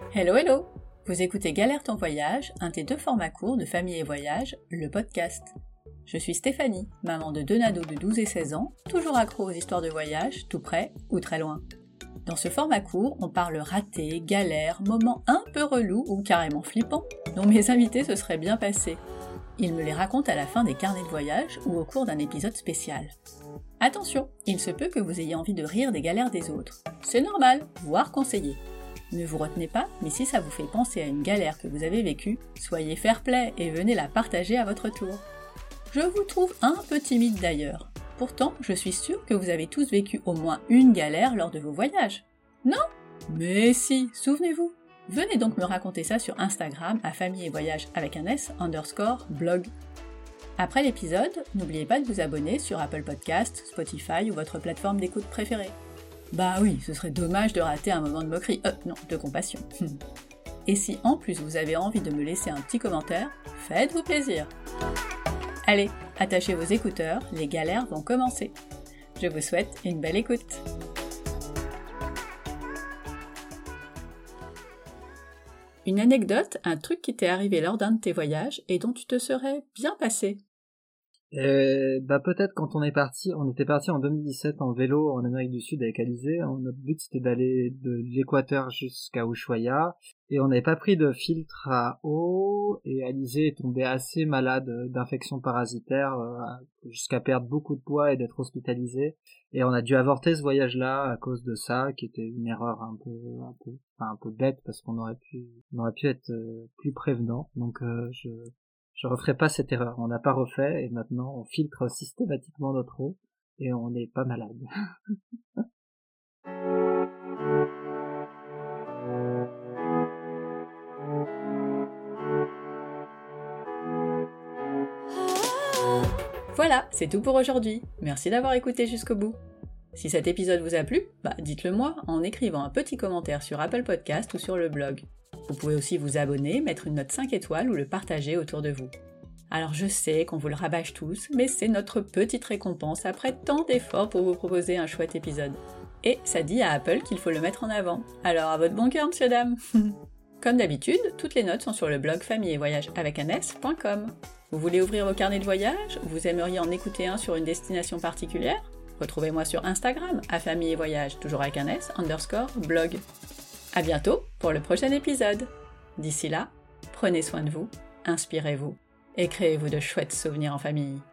Hello hello! Vous écoutez Galère ton voyage, un des 2 formats courts de Famille et Voyage, le podcast. Je suis Stéphanie, maman de 2 nados de 12 et 16 ans, toujours accro aux histoires de voyage, tout près ou très loin. Dans ce format court, on parle ratés, galères, moments un peu relous ou carrément flippants, dont mes invités se seraient bien passés. Ils me les racontent à la fin des carnets de voyage ou au cours d'un épisode spécial. Attention, il se peut que vous ayez envie de rire des galères des autres. C'est normal, voire conseillé. Ne vous retenez pas, mais si ça vous fait penser à une galère que vous avez vécue, soyez fair-play et venez la partager à votre tour. Je vous trouve un peu timide d'ailleurs. Pourtant, je suis sûre que vous avez tous vécu au moins une galère lors de vos voyages. Non? Mais si, souvenez-vous. Venez donc me raconter ça sur Instagram à famille et voyage avec un S _blog. Après l'épisode, n'oubliez pas de vous abonner sur Apple Podcasts, Spotify ou votre plateforme d'écoute préférée. Bah oui, ce serait dommage de rater un moment de moquerie, non, de compassion. Et si en plus vous avez envie de me laisser un petit commentaire, faites-vous plaisir. Allez, attachez vos écouteurs, les galères vont commencer. Je vous souhaite une belle écoute. Une anecdote, un truc qui t'est arrivé lors d'un de tes voyages et dont tu te serais bien passé. Peut-être quand on était parti en 2017 en vélo en Amérique du Sud avec Alizé. Notre but c'était d'aller de l'Équateur jusqu'à Ushuaia et on n'avait pas pris de filtre à eau et Alizé est tombée assez malade d'infections parasitaires jusqu'à perdre beaucoup de poids et d'être hospitalisée et on a dû avorter ce voyage-là à cause de ça, qui était une erreur un peu bête parce qu'on aurait pu être plus prévenant. Donc je referai pas cette erreur. On n'a pas refait et maintenant on filtre systématiquement notre eau et on n'est pas malade. Voilà, c'est tout pour aujourd'hui. Merci d'avoir écouté jusqu'au bout. Si cet épisode vous a plu, dites-le moi en écrivant un petit commentaire sur Apple Podcast ou sur le blog. Vous pouvez aussi vous abonner, mettre une note 5 étoiles ou le partager autour de vous. Alors je sais qu'on vous le rabâche tous, mais c'est notre petite récompense après tant d'efforts pour vous proposer un chouette épisode. Et ça dit à Apple qu'il faut le mettre en avant. Alors à votre bon cœur, monsieur dame. Comme d'habitude, toutes les notes sont sur le blog familleetvoyage.com. Vous voulez ouvrir vos carnets de voyage? Vous aimeriez en écouter un sur une destination particulière? Retrouvez-moi sur Instagram, à famille et voyage, toujours avec un S, _blog. À bientôt pour le prochain épisode. D'ici là, prenez soin de vous, inspirez-vous et créez-vous de chouettes souvenirs en famille.